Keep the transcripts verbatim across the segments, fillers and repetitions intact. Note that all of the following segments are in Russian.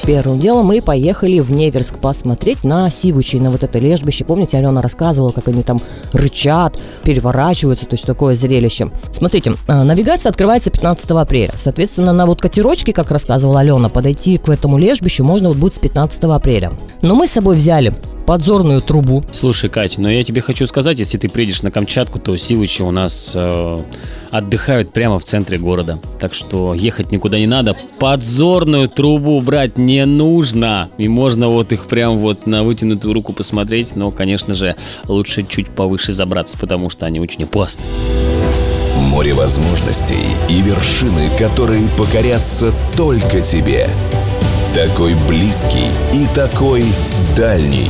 Первым делом мы поехали в Неверск посмотреть на Сивычей, на вот это лежбище. Помните, Алена рассказывала, как они там рычат, переворачиваются, то есть такое зрелище. Смотрите, навигация открывается пятнадцатого апреля. Соответственно, на вот катерочке, как рассказывала Алена, подойти к этому лежбищу можно вот будет с пятнадцатого апреля. Но мы с собой взяли подзорную трубу. Слушай, Кать, но я тебе хочу сказать, если ты приедешь на Камчатку, то Сивычи у нас э, отдыхают прямо в центре города. Так что ехать никуда не надо. Подзорную трубу брать не нужно. И можно вот их прям вот на вытянутую руку посмотреть. Но, конечно же, лучше чуть повыше забраться, потому что они очень опасны. Море возможностей и вершины, которые покорятся только тебе. Такой близкий и такой дальний.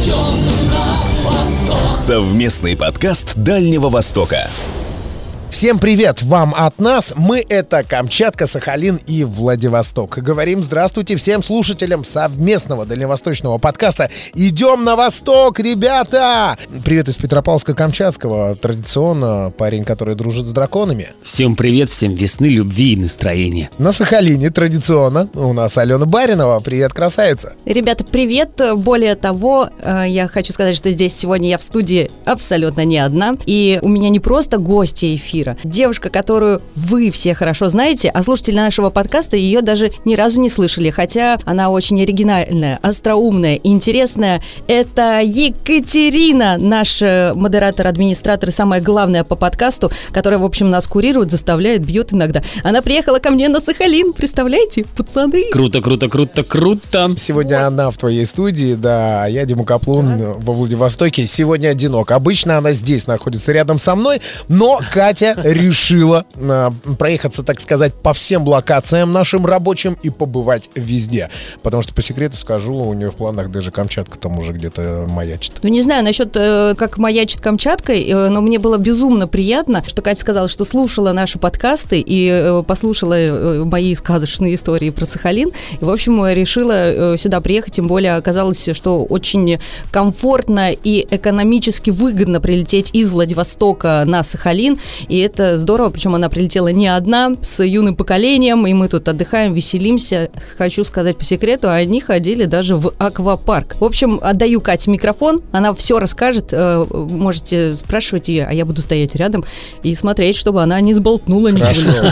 Совместный подкаст Дальнего Востока. Всем привет вам от нас. Мы — это Камчатка, Сахалин и Владивосток. Говорим здравствуйте всем слушателям совместного дальневосточного подкаста «Идем на восток, ребята!» Привет из Петропавловска-Камчатского. Традиционно парень, который дружит с драконами. Всем привет, всем весны, любви и настроения. На Сахалине традиционно у нас Алена Баринова. Привет, красавица. Ребята, привет. Более того, я хочу сказать, что здесь сегодня я в студии абсолютно не одна. И у меня не просто гости эфира. Девушка, которую вы все хорошо знаете, а слушатели нашего подкаста ее даже ни разу не слышали, хотя она очень оригинальная, остроумная, интересная. Это Екатерина, наш модератор, администратор и самое главное по подкасту, которая, в общем, нас курирует, заставляет, бьет иногда. Она приехала ко мне на Сахалин, представляете, пацаны? Круто, круто, круто, круто. Сегодня вот. Она в твоей студии, да, а я, Дима Каплун, да. Во Владивостоке. Сегодня одинок. Обычно она здесь находится рядом со мной, но Катя решила э, проехаться, так сказать, по всем локациям нашим рабочим и побывать везде. Потому что, по секрету скажу, у нее в планах даже Камчатка там уже где-то маячит. Ну, не знаю насчет, э, как маячит Камчатка, э, но мне было безумно приятно, что Катя сказала, что слушала наши подкасты и э, послушала э, мои сказочные истории про Сахалин. И, в общем, решила э, сюда приехать, тем более оказалось, что очень комфортно и экономически выгодно прилететь из Владивостока на Сахалин. И это здорово, причем она прилетела не одна, с юным поколением, и мы тут отдыхаем, веселимся. Хочу сказать по секрету, они ходили даже в аквапарк. В общем, отдаю Кате микрофон, она все расскажет, можете спрашивать ее, а я буду стоять рядом и смотреть, чтобы она не сболтнула ничего.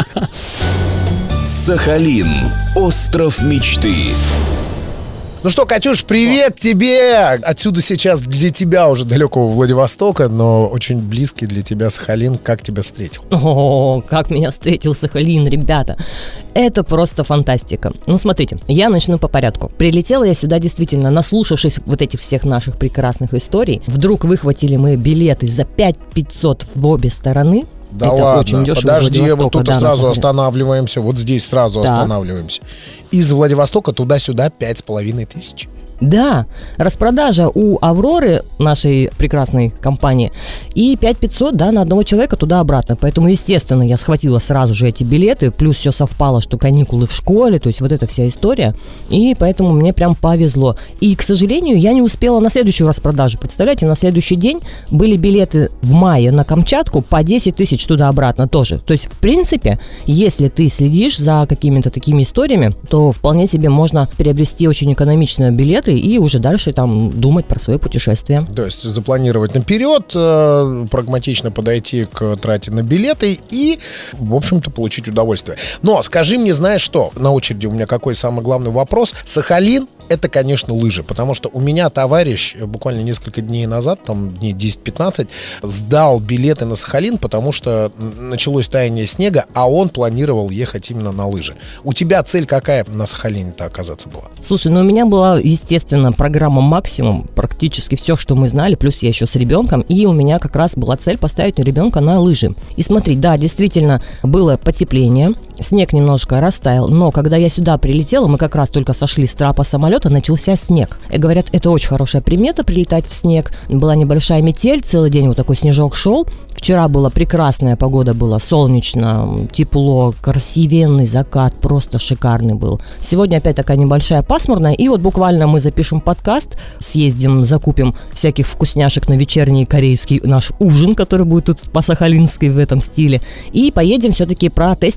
Сахалин. Остров мечты. Ну что, Катюш, привет тебе! Отсюда сейчас для тебя уже далекого Владивостока, но очень близкий для тебя Сахалин. Как тебя встретил? О, как меня встретил Сахалин, ребята! Это просто фантастика. Ну, смотрите, я начну по порядку. Прилетела я сюда действительно, наслушавшись вот этих всех наших прекрасных историй. Вдруг выхватили мы билеты за пять тысяч пятьсот в обе стороны. Да это ладно, очень дешево. Подожди, вот тут да, сразу останавливаемся, вот здесь сразу да. останавливаемся. Из Владивостока туда-сюда пять с половиной тысяч. Да, распродажа у Авроры, нашей прекрасной компании, и пять тысяч пятьсот, да, на одного человека туда-обратно. Поэтому, естественно, я схватила сразу же эти билеты, плюс все совпало, что каникулы в школе, то есть вот эта вся история, и поэтому мне прям повезло. И, к сожалению, я не успела на следующую распродажу. Представляете, на следующий день были билеты в мае на Камчатку по десять тысяч туда-обратно тоже. То есть, в принципе, если ты следишь за какими-то такими историями, то вполне себе можно приобрести очень экономичные билеты и уже дальше там думать про свое путешествие. То есть запланировать наперед, э, прагматично подойти к трате на билеты и, в общем-то, получить удовольствие. Но скажи мне, знаешь что? На очереди у меня какой самый главный вопрос. Сахалин — это, конечно, лыжи, потому что у меня товарищ буквально несколько дней назад, там дней десять-пятнадцать, сдал билеты на Сахалин, потому что началось таяние снега, а он планировал ехать именно на лыжи. У тебя цель какая на Сахалине-то оказаться была? Слушай, ну у меня была, естественно, программа «Максимум», практически все, что мы знали, плюс я еще с ребенком, и у меня как раз была цель поставить ребенка на лыжи. И смотри, да, действительно, было потепление, снег немножко растаял, но когда я сюда прилетела, мы как раз только сошли с трапа самолета, начался снег. И говорят, это очень хорошая примета — прилетать в снег. Была небольшая метель, целый день вот такой снежок шел. Вчера была прекрасная погода, было солнечно, тепло, красивенный закат, просто шикарный был. Сегодня опять такая небольшая пасмурная, и вот буквально мы запишем подкаст, съездим, закупим всяких вкусняшек на вечерний корейский наш ужин, который будет тут по-сахалински в этом стиле, и поедем все-таки протестим гору.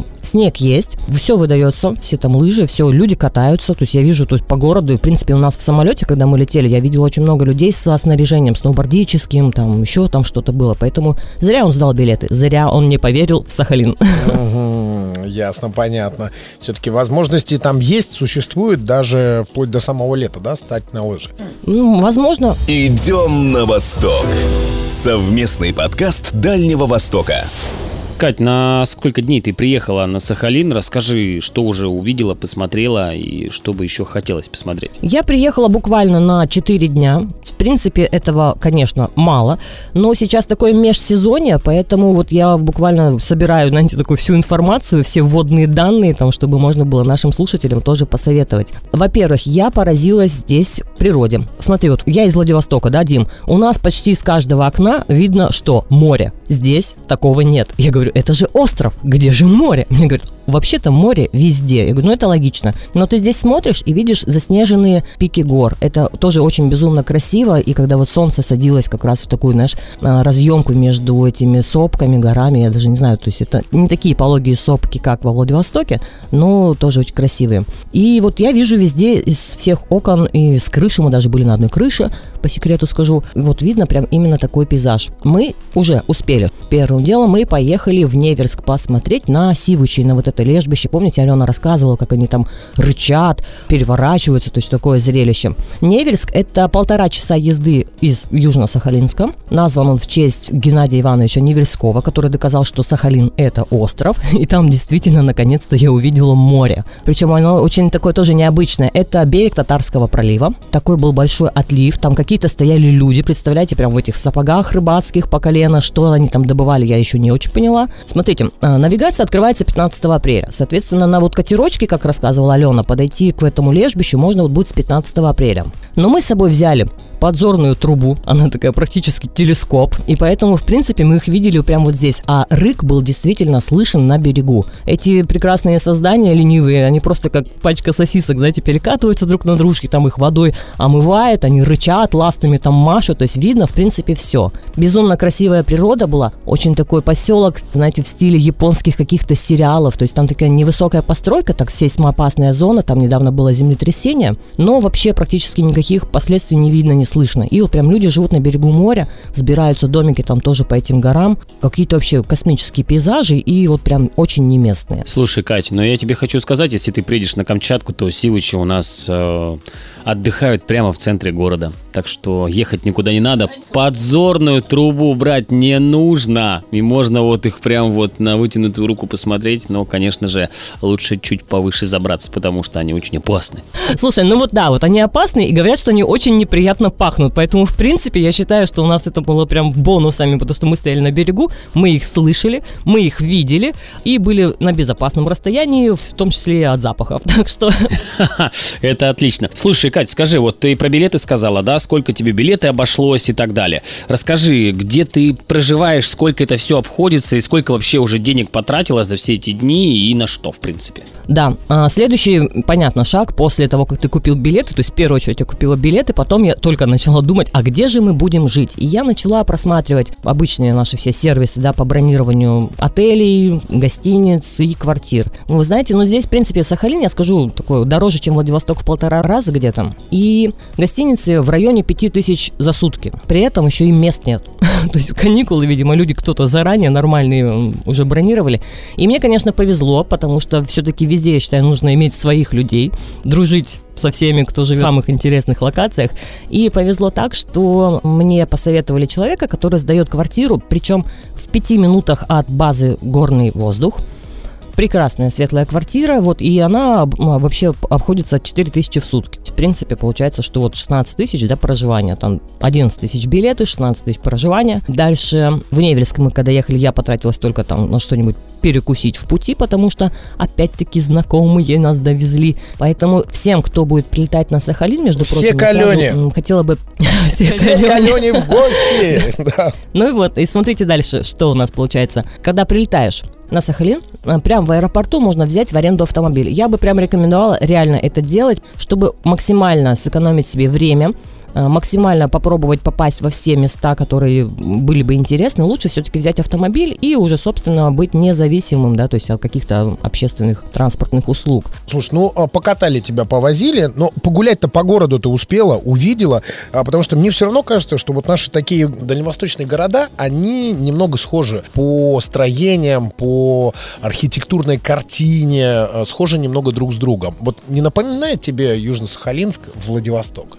Поэтому снег есть, все выдается, все там лыжи, все, люди катаются. То есть я вижу, то есть по городу, и, в принципе, у нас в самолете, когда мы летели, я видела очень много людей со снаряжением сноубордическим, там еще там что-то было. Поэтому зря он сдал билеты, зря он не поверил в Сахалин. Угу, ясно, понятно. Все-таки возможности там есть, существуют даже вплоть до самого лета, да, стать на лыжи? Ну, возможно. Идем на восток. Совместный подкаст Дальнего Востока. Кать, на сколько дней ты приехала на Сахалин? Расскажи, что уже увидела, посмотрела и что бы еще хотелось посмотреть. Я приехала буквально на четыре дня. В принципе, этого, конечно, мало. Но сейчас такое межсезонье, поэтому вот я буквально собираю, знаете, такую всю информацию, все вводные данные, там, чтобы можно было нашим слушателям тоже посоветовать. Во-первых, я поразилась здесь природе. Смотри, вот я из Владивостока, да, Дим? У нас почти с каждого окна видно, что море. Здесь такого нет. Я говорю, это же остров, где же море? Мне говорят, вообще-то море везде. Я говорю, ну это логично. Но ты здесь смотришь и видишь заснеженные пики гор. Это тоже очень безумно красиво. И когда вот солнце садилось как раз в такую, знаешь, разъемку между этими сопками, горами, я даже не знаю, то есть это не такие пологие сопки, как во Владивостоке, но тоже очень красивые. И вот я вижу везде из всех окон, и с крыши, мы даже были на одной крыше, по секрету скажу, вот видно прям именно такой пейзаж. Мы уже успели. Первым делом мы поехали в Неверск посмотреть на Сивучи, на вот это лежбище. Помните, Алена рассказывала, как они там рычат, переворачиваются, то есть такое зрелище. Неверск – это полтора часа езды из Южно-Сахалинска. Назван он в честь Геннадия Ивановича Неверского, который доказал, что Сахалин – это остров. И там действительно, наконец-то, я увидела море. Причем оно очень такое тоже необычное. Это берег Татарского пролива. Такой был большой отлив. Там какие-то стояли люди, представляете, прям в этих сапогах рыбацких по колено. Что они там добывали, я еще не очень поняла. Смотрите, навигация открывается пятнадцатого апреля. Соответственно, на вот катерочке, как рассказывала Алена, подойти к этому лежбищу можно вот будет с пятнадцатого апреля. Но мы с собой взяли подзорную трубу, она такая практически телескоп, и поэтому, в принципе, мы их видели прямо вот здесь, а рык был действительно слышен на берегу. Эти прекрасные создания ленивые, они просто как пачка сосисок, знаете, перекатываются друг на дружке, там их водой омывает, они рычат, ластами там машут, то есть видно, в принципе, все. Безумно красивая природа была, очень такой поселок, знаете, в стиле японских каких-то сериалов, то есть там такая невысокая постройка, так сейсмоопасная зона, там недавно было землетрясение, но вообще практически никаких последствий не видно, не слышно. И вот прям люди живут на берегу моря, взбираются домики там тоже по этим горам, какие-то вообще космические пейзажи и вот прям очень не местные. Слушай, Катя, но я тебе хочу сказать, если ты приедешь на Камчатку, то Сивучи у нас э, отдыхают прямо в центре города. Так что ехать никуда не надо. Подзорную трубу брать не нужно. И можно вот их прям вот на вытянутую руку посмотреть. Но, конечно же, лучше чуть повыше забраться, потому что они очень опасны. Слушай, ну вот да, вот они опасны и говорят, что они очень неприятно пахнут. Поэтому, в принципе, я считаю, что у нас это было прям бонусами, потому что мы стояли на берегу, мы их слышали, мы их видели и были на безопасном расстоянии, в том числе и от запахов. Так что... Это отлично. Слушай, Кать, скажи, вот ты про билеты сказала, да? Сколько тебе билеты обошлось и так далее. Расскажи, где ты проживаешь, сколько это все обходится и сколько вообще уже денег потратила за все эти дни и на что, в принципе? Да, следующий, понятно, шаг после того, как ты купил билеты, то есть в первую очередь я купила билеты, потом я только начала думать, а где же мы будем жить? И я начала просматривать обычные наши все сервисы, да, по бронированию отелей, гостиниц и квартир. Вы знаете, ну здесь, в принципе, Сахалин, я скажу, такой дороже, чем Владивосток в полтора раза где-то. И гостиницы в районе пяти тысяч за сутки. При этом еще и мест нет. То есть каникулы, видимо, люди кто-то заранее нормальные уже бронировали. И мне, конечно, повезло, потому что все-таки везде, я считаю, нужно иметь своих людей, дружить со всеми, кто живет в самых интересных локациях. И повезло так, что мне посоветовали человека, который сдает квартиру, причем в пяти минутах от базы «Горный воздух». Прекрасная светлая квартира, вот, и она вообще обходится четыре тысячи в сутки. В принципе, получается, что вот шестнадцать тысяч, да, проживания, там одиннадцать тысяч билеты, шестнадцать тысяч проживания. Дальше в Неверск мы, когда ехали, я потратилась только там на что-нибудь перекусить в пути, потому что, опять-таки, знакомые нас довезли. Поэтому всем, кто будет прилетать на Сахалин, между все прочим, к Алене. Сразу, хотела бы... Все к Алене в гости! Ну и вот, и смотрите дальше, что у нас получается. Когда прилетаешь на Сахалин, прям в аэропорту можно взять в аренду автомобиль. Я бы прям рекомендовала реально это делать, чтобы максимально сэкономить себе время, максимально попробовать попасть во все места, которые были бы интересны, лучше все-таки взять автомобиль и уже, собственно, быть независимым, да, то есть от каких-то общественных транспортных услуг. Слушай, ну, покатали тебя, повозили, но погулять-то по городу ты успела, увидела, потому что мне все равно кажется, что вот наши такие дальневосточные города, они немного схожи по строениям, по архитектурной картине, схожи немного друг с другом. Вот не напоминает тебе Южно-Сахалинск, Владивосток?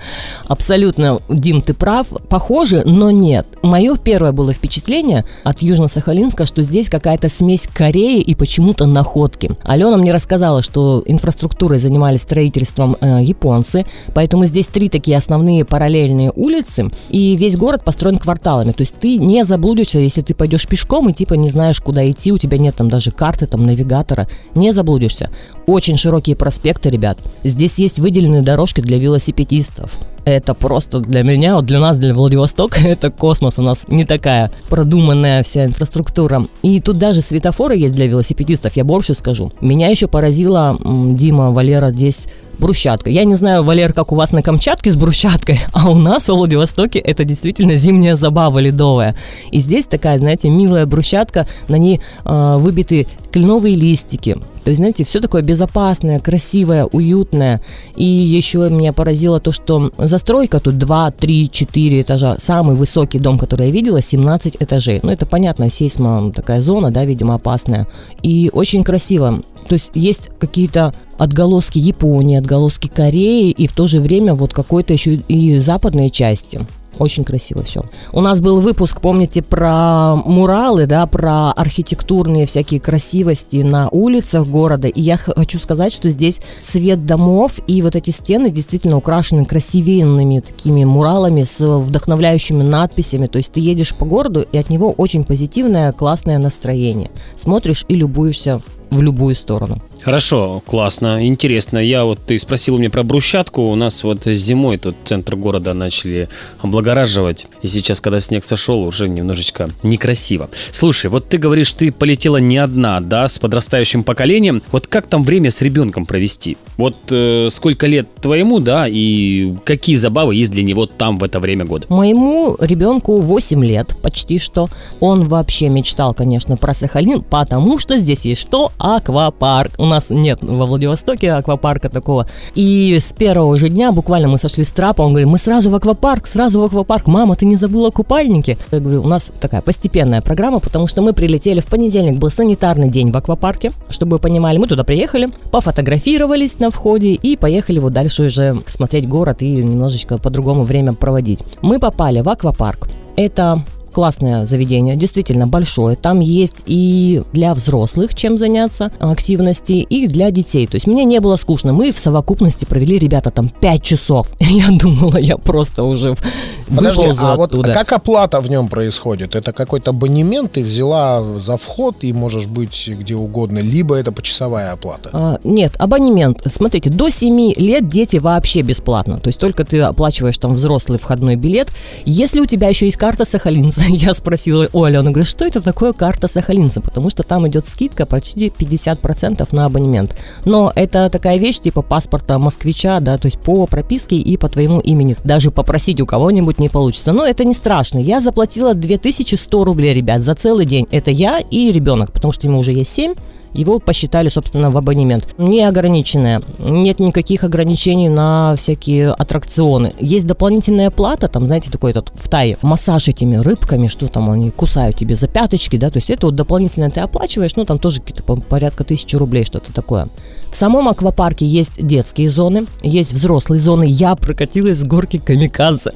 Абсолютно, Дим, ты прав. Похоже, но нет. Мое первое было впечатление от Южно-Сахалинска, что здесь какая-то смесь Кореи и почему-то находки. Алена мне рассказала, что инфраструктурой занимались строительством э, японцы, поэтому здесь три такие основные параллельные улицы, и весь город построен кварталами. То есть ты не заблудишься, если ты пойдешь пешком и типа не знаешь, куда идти, у тебя нет там даже карты, там навигатора, не заблудишься. Очень широкие проспекты, ребят. Здесь есть выделенные дорожки для велосипедистов. Это просто для меня, вот для нас, для Владивостока, это космос. У нас не такая продуманная вся инфраструктура. И тут даже светофоры есть для велосипедистов, я больше скажу. Меня еще поразила, Дима, Валера, здесь брусчатка. Я не знаю, Валер, как у вас на Камчатке с брусчаткой, а у нас во Владивостоке это действительно зимняя забава ледовая. И здесь такая, знаете, милая брусчатка, на ней э, выбиты кленовые листики. То есть, знаете, все такое безопасное, красивое, уютное. И еще меня поразило то, что застройка тут два, три, четыре этажа. Самый высокий дом, который я видела, семнадцать этажей. Ну, это понятно, сейсмо такая зона, да, видимо, опасная. И очень красиво. То есть есть какие-то отголоски Японии, отголоски Кореи, и в то же время вот какой-то еще и западной части. Очень красиво все. У нас был выпуск, помните, про муралы, да, про архитектурные всякие красивости на улицах города. И я хочу сказать, что здесь цвет домов и вот эти стены действительно украшены красивенными такими муралами с вдохновляющими надписями. То есть ты едешь по городу, и от него очень позитивное, классное настроение. Смотришь и любуешься в любую сторону. Хорошо, классно, интересно. Я вот, ты спросил меня про брусчатку. У нас вот зимой тут центр города начали облагораживать. И сейчас, когда снег сошел, уже немножечко некрасиво. Слушай, вот ты говоришь, ты полетела не одна, да, с подрастающим поколением. Вот как там время с ребенком провести? Вот э, сколько лет твоему, да, и какие забавы есть для него там в это время года? Моему ребенку восемь лет, почти что. Он вообще мечтал, конечно, про Сахалин, потому что здесь есть что? Аквапарк. У нас нет во Владивостоке аквапарка такого. И с первого же дня буквально мы сошли с трапа, он говорит, мы сразу в аквапарк, сразу в аквапарк. Мама, ты не забыла купальники? Я говорю, у нас такая постепенная программа, потому что мы прилетели в понедельник, был санитарный день в аквапарке, чтобы вы понимали. Мы туда приехали, пофотографировались на входе и поехали вот дальше уже смотреть город и немножечко по-другому время проводить. Мы попали в аквапарк. Это классное заведение, действительно большое. Там есть и для взрослых чем заняться, активности, и для детей. То есть мне не было скучно. Мы в совокупности провели, ребята, там пять часов. Я думала, я просто уже Подожди, выползла а оттуда. Вот как оплата в нем происходит? Это какой-то абонемент, ты взяла за вход и можешь быть где угодно, либо это почасовая оплата? А, нет, абонемент. Смотрите, до семи лет дети вообще бесплатно. То есть только ты оплачиваешь там взрослый входной билет. Если у тебя еще есть карта сахалинца, я спросила у Алены, говорю, что это такое карта сахалинца? Потому что там идет скидка почти пятьдесят процентов на абонемент. Но это такая вещь типа паспорта москвича, да, то есть по прописке и по твоему имени. Даже попросить у кого-нибудь не получится. Но это не страшно. Я заплатила две тысячи сто рублей, ребят, за целый день. Это я и ребенок, потому что ему уже есть семь. Его посчитали, собственно, в абонемент. Неограниченное. Нет никаких ограничений на всякие аттракционы. Есть дополнительная плата, там, знаете, такой этот в Тае. Массаж этими рыбками, что там они кусают тебе за пяточки, да, то есть это вот дополнительно ты оплачиваешь, ну, там тоже какие-то порядка тысячи рублей, что-то такое. В самом аквапарке есть детские зоны, есть взрослые зоны. Я прокатилась с горки камикадзе.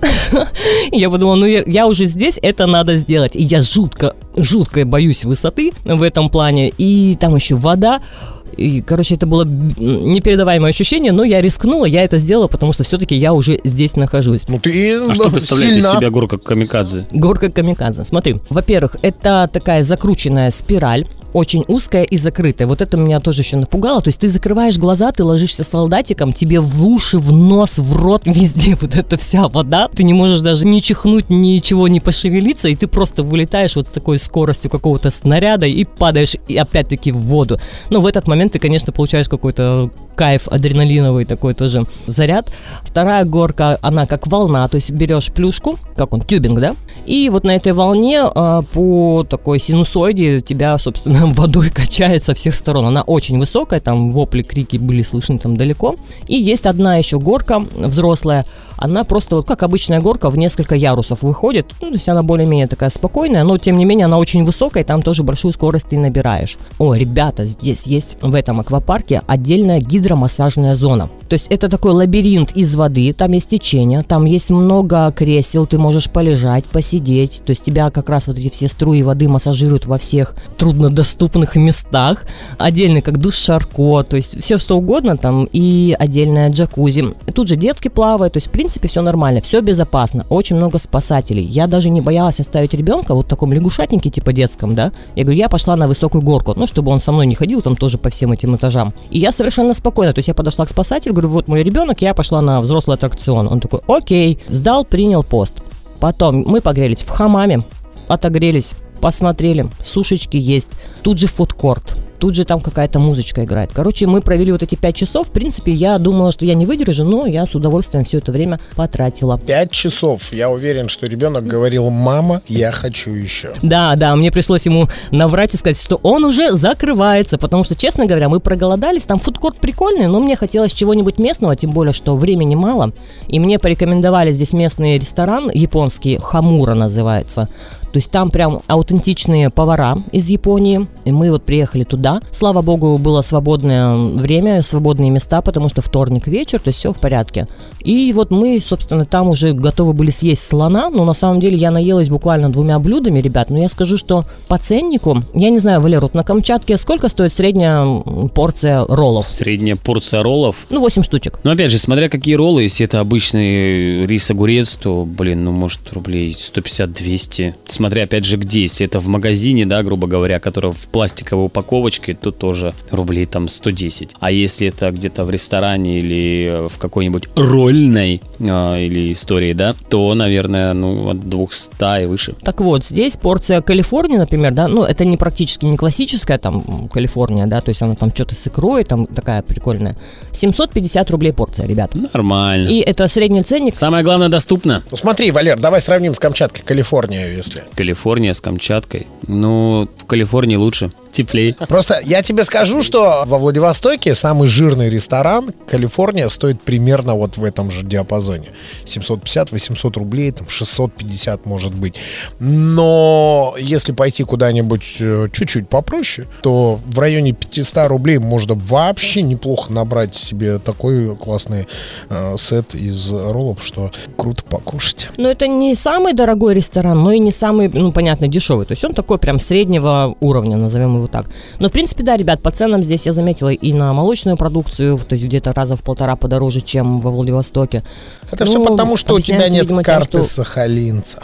Я подумала, ну, я уже здесь, это надо сделать. И я жутко, жутко боюсь высоты в этом плане. И там еще вода. И, короче, это было непередаваемое ощущение, но я рискнула, я это сделала, потому что все-таки я уже здесь нахожусь. Ну ты а что представляет из себя горка камикадзе? Горка камикадзе. Смотри, во-первых, это такая закрученная спираль, очень узкая и закрытая. Вот это меня тоже еще напугало. То есть ты закрываешь глаза, ты ложишься солдатиком, тебе в уши, в нос, в рот, везде вот эта вся вода. Ты не можешь даже ни чихнуть, ничего не пошевелиться, и ты просто вылетаешь вот с такой скоростью какого-то снаряда и падаешь и опять-таки в воду. Но в этот момент ты, конечно, получаешь какой-то кайф адреналиновый такой тоже заряд. Вторая горка, она как волна, то есть берешь плюшку, как он, тюбинг, да? И вот на этой волне а, по такой синусоиде тебя, собственно, водой качает со всех сторон. Она очень высокая, там вопли, крики были слышны там далеко. И есть одна еще горка взрослая, она просто вот как обычная горка в несколько ярусов выходит. Ну, то есть она более-менее такая спокойная, но тем не менее она очень высокая, и там тоже большую скорость ты набираешь. О, ребята, здесь есть в этом аквапарке отдельная гидромассажная зона. То есть это такой лабиринт из воды, там есть течение, там есть много кресел, ты можешь полежать, посидеть. То есть тебя как раз вот эти все струи воды массажируют во всех труднодоступных местах. Отдельный как душ Шарко, то есть все что угодно там, и отдельная джакузи. Тут же детки плавают, то есть в принципе все нормально, все безопасно, очень много спасателей. Я даже не боялась оставить ребенка вот в таком лягушатнике типа детском, да. Я говорю, я пошла на высокую горку, ну чтобы он со мной не ходил там тоже по всем этим этажам. И я совершенно спокойно, то есть я подошла к спасателю, говорю, вот мой ребенок, я пошла на взрослый аттракцион. Он такой, окей, сдал, принял пост. Потом мы погрелись в хамаме, отогрелись, посмотрели, сушечки есть, тут же фудкорт. Тут же там какая-то музычка играет. Короче, мы провели вот эти пять часов. В принципе, я думала, что я не выдержу, но я с удовольствием все это время потратила. Пять часов. Я уверен, что ребенок говорил, мама, я хочу еще. Да, да, мне пришлось ему наврать и сказать, что он уже закрывается, потому что, честно говоря, мы проголодались. Там фудкорт прикольный, но мне хотелось чего-нибудь местного, тем более, что времени мало. И мне порекомендовали здесь местный ресторан японский, Хамура называется. То есть там прям аутентичные повара из Японии. И мы вот приехали туда. Слава богу, было свободное время, свободные места, потому что вторник вечер, то есть все в порядке. И вот мы, собственно, там уже готовы были съесть слона, но на самом деле я наелась буквально двумя блюдами, ребят. Но я скажу, что по ценнику, я не знаю, Валер, вот на Камчатке сколько стоит средняя порция роллов? Средняя порция роллов? Ну, восемь штучек. Ну, опять же, смотря какие роллы, если это обычный рис-огурец, то, блин, ну, может, рублей сто пятьдесят-двести. Смотря, опять же, где. Если это в магазине, да, грубо говоря, который в пластиковой упаковочке, то тоже рублей там сто десять. А если это где-то в ресторане или в какой-нибудь рольной э, или истории, да, то, наверное, ну, от двухсот и выше. Так вот, здесь порция Калифорнии, например, да, ну, это не практически не классическая там Калифорния, да, то есть она там что-то с икрой, там такая прикольная. семьсот пятьдесят рублей порция, ребят. Нормально. И это средний ценник. Самое главное, доступно. Ну смотри, Валер, давай сравним с Камчаткой, Калифорнию, если. Калифорния с Камчаткой. Ну, в Калифорнии лучше. Теплее. Просто я тебе скажу, что во Владивостоке самый жирный ресторан Калифорния стоит примерно вот в этом же диапазоне. семьсот пятьдесят - восемьсот рублей, там шестьсот пятьдесят может быть. Но если пойти куда-нибудь чуть-чуть попроще, то в районе пятьсот рублей можно вообще неплохо набрать себе такой классный э, сет из роллов, что круто покушать. Но это не самый дорогой ресторан, но и не самый, ну, понятно, дешевый. То есть он такой прям среднего уровня, назовем его вот так. Но, в принципе, да, ребят, по ценам здесь я заметила и на молочную продукцию, то есть где-то раза в полтора подороже, чем во Владивостоке. Это ну, все потому, что у тебя нет видимо, карты тем, что... сахалинца.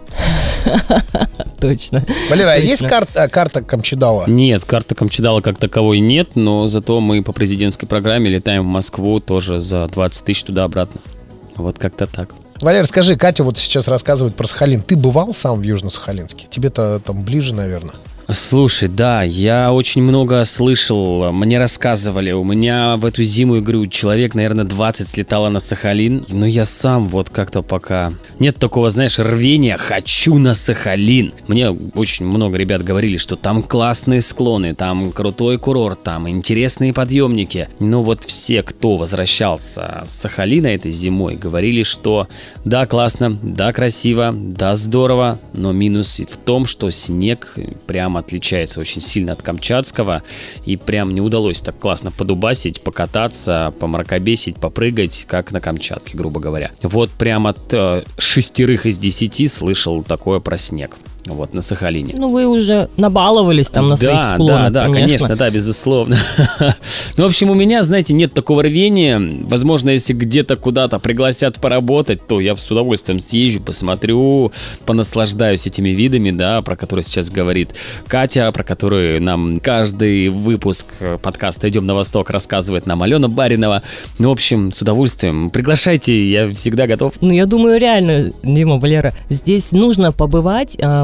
Точно. Валера, а есть карта, карта Камчедала? Нет, карты Камчедала как таковой нет, но зато мы по президентской программе летаем в Москву тоже за двадцать тысяч туда-обратно. Вот как-то так. Валер, скажи, Катя вот сейчас рассказывает про Сахалин. Ты бывал сам в Южно-Сахалинске? Тебе-то там ближе, наверное. Слушай, да, я очень много слышал, мне рассказывали, у меня в эту зиму, я говорю, человек, наверное, двадцать слетало на Сахалин, но я сам вот как-то пока... Нет такого, знаешь, рвения, хочу на Сахалин. Мне очень много ребят говорили, что там классные склоны, там крутой курорт, там интересные подъемники. Но вот все, кто возвращался с Сахалина этой зимой, говорили, что да, классно, да, красиво, да, здорово, но минус в том, что снег прямо отличается очень сильно от камчатского, и прям не удалось так классно подубасить, покататься, помракобесить, попрыгать, как на Камчатке, грубо говоря. Вот прям от э, шестерых из десяти слышал такое про снег. Вот, на Сахалине. Ну, вы уже набаловались там на да, своих склонах, Да, да, конечно. конечно, да, безусловно. Ну, в общем, у меня, знаете, нет такого рвения. Возможно, если где-то куда-то пригласят поработать, то я с удовольствием съезжу, посмотрю, понаслаждаюсь этими видами, да, про которые сейчас говорит Катя, про которые нам каждый выпуск подкаста «Идем на восток» рассказывает нам Алена Баринова. Ну, в общем, с удовольствием. Приглашайте, я всегда готов. Ну, я думаю, реально, Дима, Валера, здесь нужно побывать.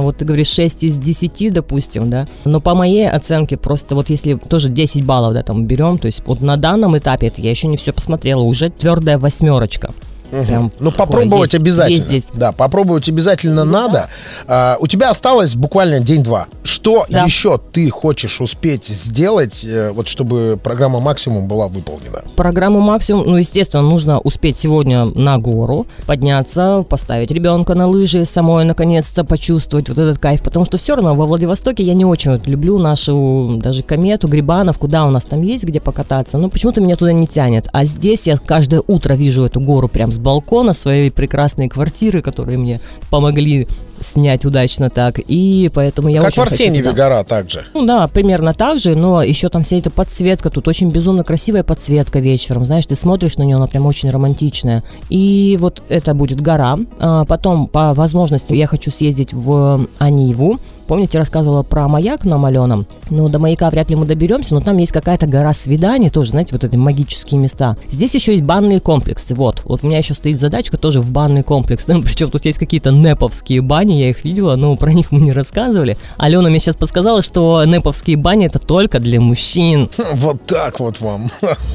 вот ты говоришь шесть из десяти, допустим, да, но по моей оценке просто вот если тоже десять баллов, да, там берем, то есть вот на данном этапе, это я еще не все посмотрела, уже твердая восьмерочка. Угу. Ну, попробовать есть, обязательно. есть здесь. Да, попробовать обязательно да. надо. А, у тебя осталось буквально день-два. Что да. еще ты хочешь успеть сделать, вот чтобы программа «Максимум» была выполнена? Программу «Максимум», ну, естественно, нужно успеть сегодня на гору подняться, поставить ребенка на лыжи, самой наконец-то почувствовать вот этот кайф, потому что все равно во Владивостоке я не очень вот люблю нашу даже Комету, Грибанов, да, у нас там есть где покататься, но почему-то меня туда не тянет. А здесь я каждое утро вижу эту гору прям с балкона своей прекрасной квартиры, которые мне помогли снять удачно так, и поэтому я как очень в Арсеньеве хочу туда. Гора также. Ну да, примерно так же, но еще там вся эта подсветка, тут очень безумно красивая подсветка вечером, знаешь, ты смотришь на нее, она прям очень романтичная, и вот это будет гора, а потом по возможности я хочу съездить в Аниву. Помните, рассказывала про маяк на Маленом? Ну, до маяка вряд ли мы доберемся, но там есть какая-то гора свиданий, тоже, знаете, вот эти магические места. Здесь еще есть банные комплексы, вот. Вот у меня еще стоит задачка тоже в банный комплекс. Ну, причем тут есть какие-то неповские бани, я их видела, но про них мы не рассказывали. Алена мне сейчас подсказала, что неповские бани это только для мужчин. Вот так вот вам.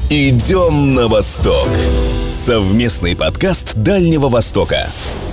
Идем на восток. Совместный подкаст Дальнего Востока.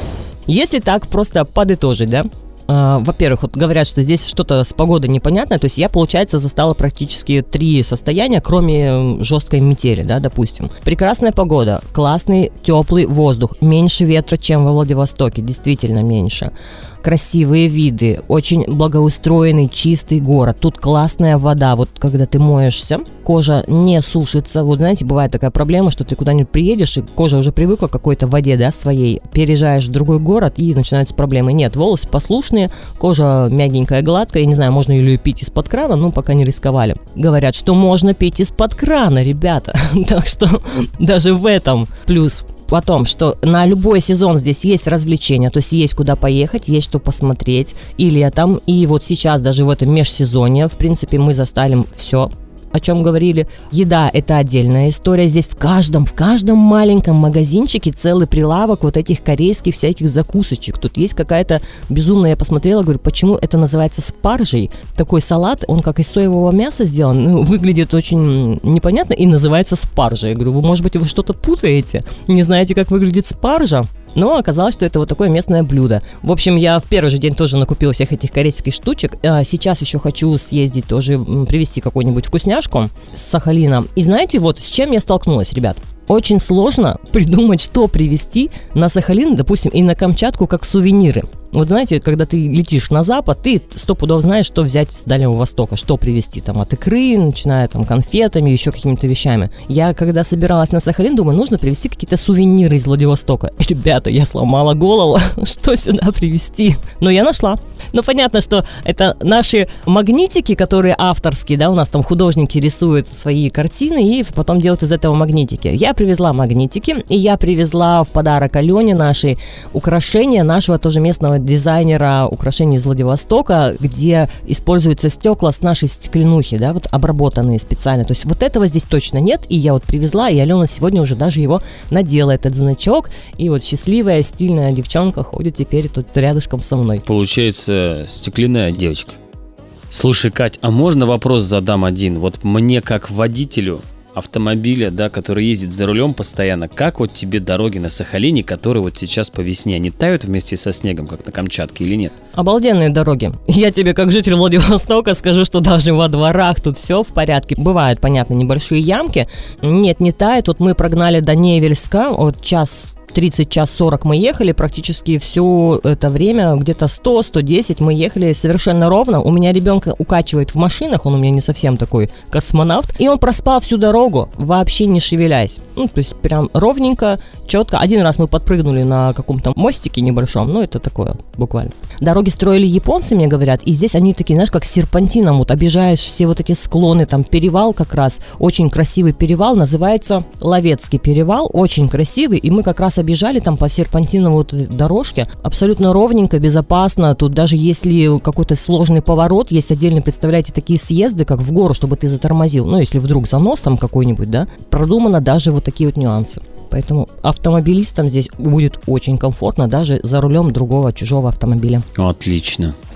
Если так просто подытожить, да? Во-первых, вот говорят, что здесь что-то с погодой непонятное, то есть я, получается, застала практически три состояния, кроме жесткой метели, да, допустим. Прекрасная погода, классный теплый воздух, меньше ветра, чем во Владивостоке, действительно меньше. Красивые виды, очень благоустроенный, чистый город. Тут классная вода. Вот когда ты моешься, кожа не сушится. Вот знаете, бывает такая проблема, что ты куда-нибудь приедешь, и кожа уже привыкла к какой-то воде, да, своей. Переезжаешь в другой город, и начинаются проблемы. Нет, волосы послушные, кожа мягенькая, гладкая. Я не знаю, можно ли ее пить из-под крана, но пока не рисковали. Говорят, что можно пить из-под крана, ребята. Так что даже в этом плюс. Потом, что на любой сезон здесь есть развлечения, то есть есть куда поехать, есть что посмотреть и летом, и вот сейчас даже в этом межсезонье, в принципе, мы застали все, о чем говорили. Еда – это отдельная история. Здесь в каждом, в каждом маленьком магазинчике целый прилавок вот этих корейских всяких закусочек. Тут есть какая-то безумная, я посмотрела, говорю, почему это называется спаржей? Такой салат, он как из соевого мяса сделан, ну, выглядит очень непонятно и называется спаржей. Я говорю, вы, может быть, вы что-то путаете? Не знаете, как выглядит спаржа? Но оказалось, что это вот такое местное блюдо. В общем, я в первый же день тоже накупила всех этих корейских штучек. Сейчас еще хочу съездить тоже, привезти какую-нибудь вкусняшку с Сахалина. И знаете, вот с чем я столкнулась, ребят? Очень сложно придумать, что привезти на Сахалин, допустим, и на Камчатку как сувениры. Вот знаете, когда ты летишь на запад, ты сто пудов знаешь, что взять с Дальнего Востока, что привезти там от икры, начиная там конфетами, еще какими-то вещами. Я когда собиралась на Сахалин, думаю, нужно привезти какие-то сувениры из Владивостока. Ребята, я сломала голову, что сюда привезти. Но я нашла. Ну, понятно, что это наши магнитики, которые авторские, да, у нас там художники рисуют свои картины и потом делают из этого магнитики. Я привезла магнитики, и я привезла в подарок Алене наши украшения нашего тоже местного дизайнера украшений из Владивостока, где используются стекла с нашей стекленухи, да, вот обработанные специально. То есть вот этого здесь точно нет, и я вот привезла, и Алена сегодня уже даже его надела, этот значок, и вот счастливая, стильная девчонка ходит теперь тут рядышком со мной. Получается, стеклянная девочка. Слушай, Кать, а можно вопрос задам один? Вот мне как водителю автомобиля, да, который ездит за рулем постоянно, как вот тебе дороги на Сахалине, которые вот сейчас по весне, они тают вместе со снегом, как на Камчатке, или нет? Обалденные дороги. Я тебе, как житель Владивостока, скажу, что даже во дворах тут все в порядке. Бывают, понятно, небольшие ямки. Нет, не тает. Вот мы прогнали до Невельска, вот час тридцать, час сорок мы ехали, практически все это время, где-то сто - сто десять мы ехали совершенно ровно. У меня ребенка укачивает в машинах, он у меня не совсем такой космонавт, и он проспал всю дорогу, вообще не шевелясь. Ну, то есть прям ровненько, четко. Один раз мы подпрыгнули на каком-то мостике небольшом, ну, это такое буквально. Дороги строили японцы, мне говорят, и здесь они такие, знаешь, как серпантином, вот объезжаешь все вот эти склоны, там перевал как раз, очень красивый перевал, называется Ловецкий перевал, очень красивый, и мы как раз объезжали там по серпантиновой дорожке, абсолютно ровненько, безопасно. Тут даже если какой-то сложный поворот, есть отдельно, представляете, такие съезды, как в гору, чтобы ты затормозил. Ну, если вдруг занос там какой-нибудь, да, продумано даже вот такие вот нюансы. Поэтому автомобилистам здесь будет очень комфортно даже за рулем другого чужого автомобиля. Отлично.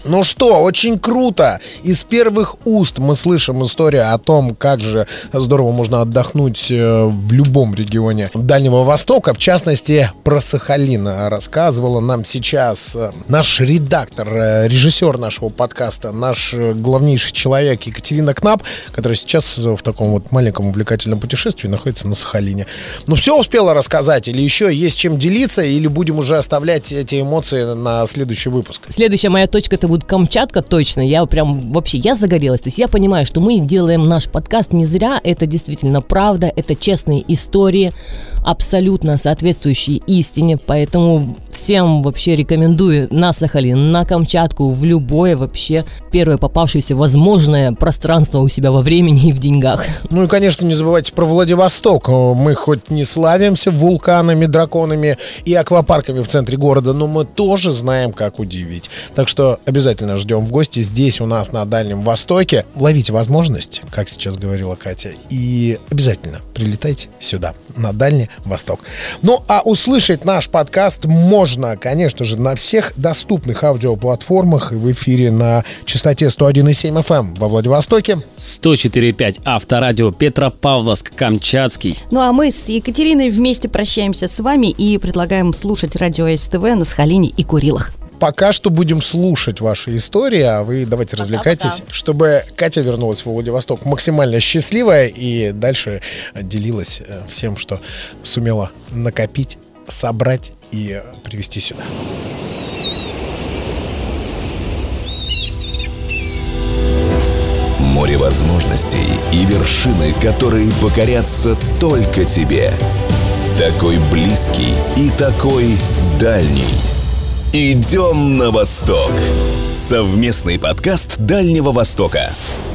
Ну что, очень круто. Из первых уст мы слышим историю о том, как же здорово можно отдохнуть в любом регионе Дальнего Востока. В частности, про Сахалин рассказывала нам сейчас наш редактор, режиссер нашего подкаста, наш главнейший человек Екатерина Кнап, которая сейчас в таком вот маленьком увлекательном путешествии находится на Сахалине. Ну все успела рассказать? Или еще есть чем делиться? Или будем уже оставлять эти эмоции на следующий выпуск? Следующая моя точка — это будет Камчатка, точно. Я прям вообще, я загорелась. То есть я понимаю, что мы делаем наш подкаст не зря. Это действительно правда, это честные истории, абсолютно соответствующие истине. Поэтому всем вообще рекомендую на Сахалин, на Камчатку, в любое вообще первое попавшееся возможное пространство у себя во времени и в деньгах. Ну и, конечно, не забывайте про Владивосток. Мы хоть не славимся вулканами, драконами и аквапарками в центре города, но мы тоже знаем, как удивить. Так что обязательно ждем в гости здесь у нас на Дальнем Востоке. Ловите возможность, как сейчас говорила Катя, и обязательно прилетайте сюда, на Дальний Восток. Ну, а услышать наш подкаст можно, конечно же, на всех доступных аудиоплатформах и в эфире на частоте сто один и семь эф эм во Владивостоке, сто четыре и пять Авторадио Петропавловск-Камчатский. Ну а мы с Екатериной вместе прощаемся с вами и предлагаем слушать радио СТВ на Сахалине и Курилах. Пока что будем слушать ваши истории, а вы давайте развлекайтесь, Пока-пока. Чтобы Катя вернулась во Владивосток максимально счастливая и дальше делилась всем, что сумела накопить, собрать и привезти сюда. Море возможностей и вершины, которые покорятся только тебе. Такой близкий и такой дальний. Идем на восток. Совместный подкаст Дальнего Востока.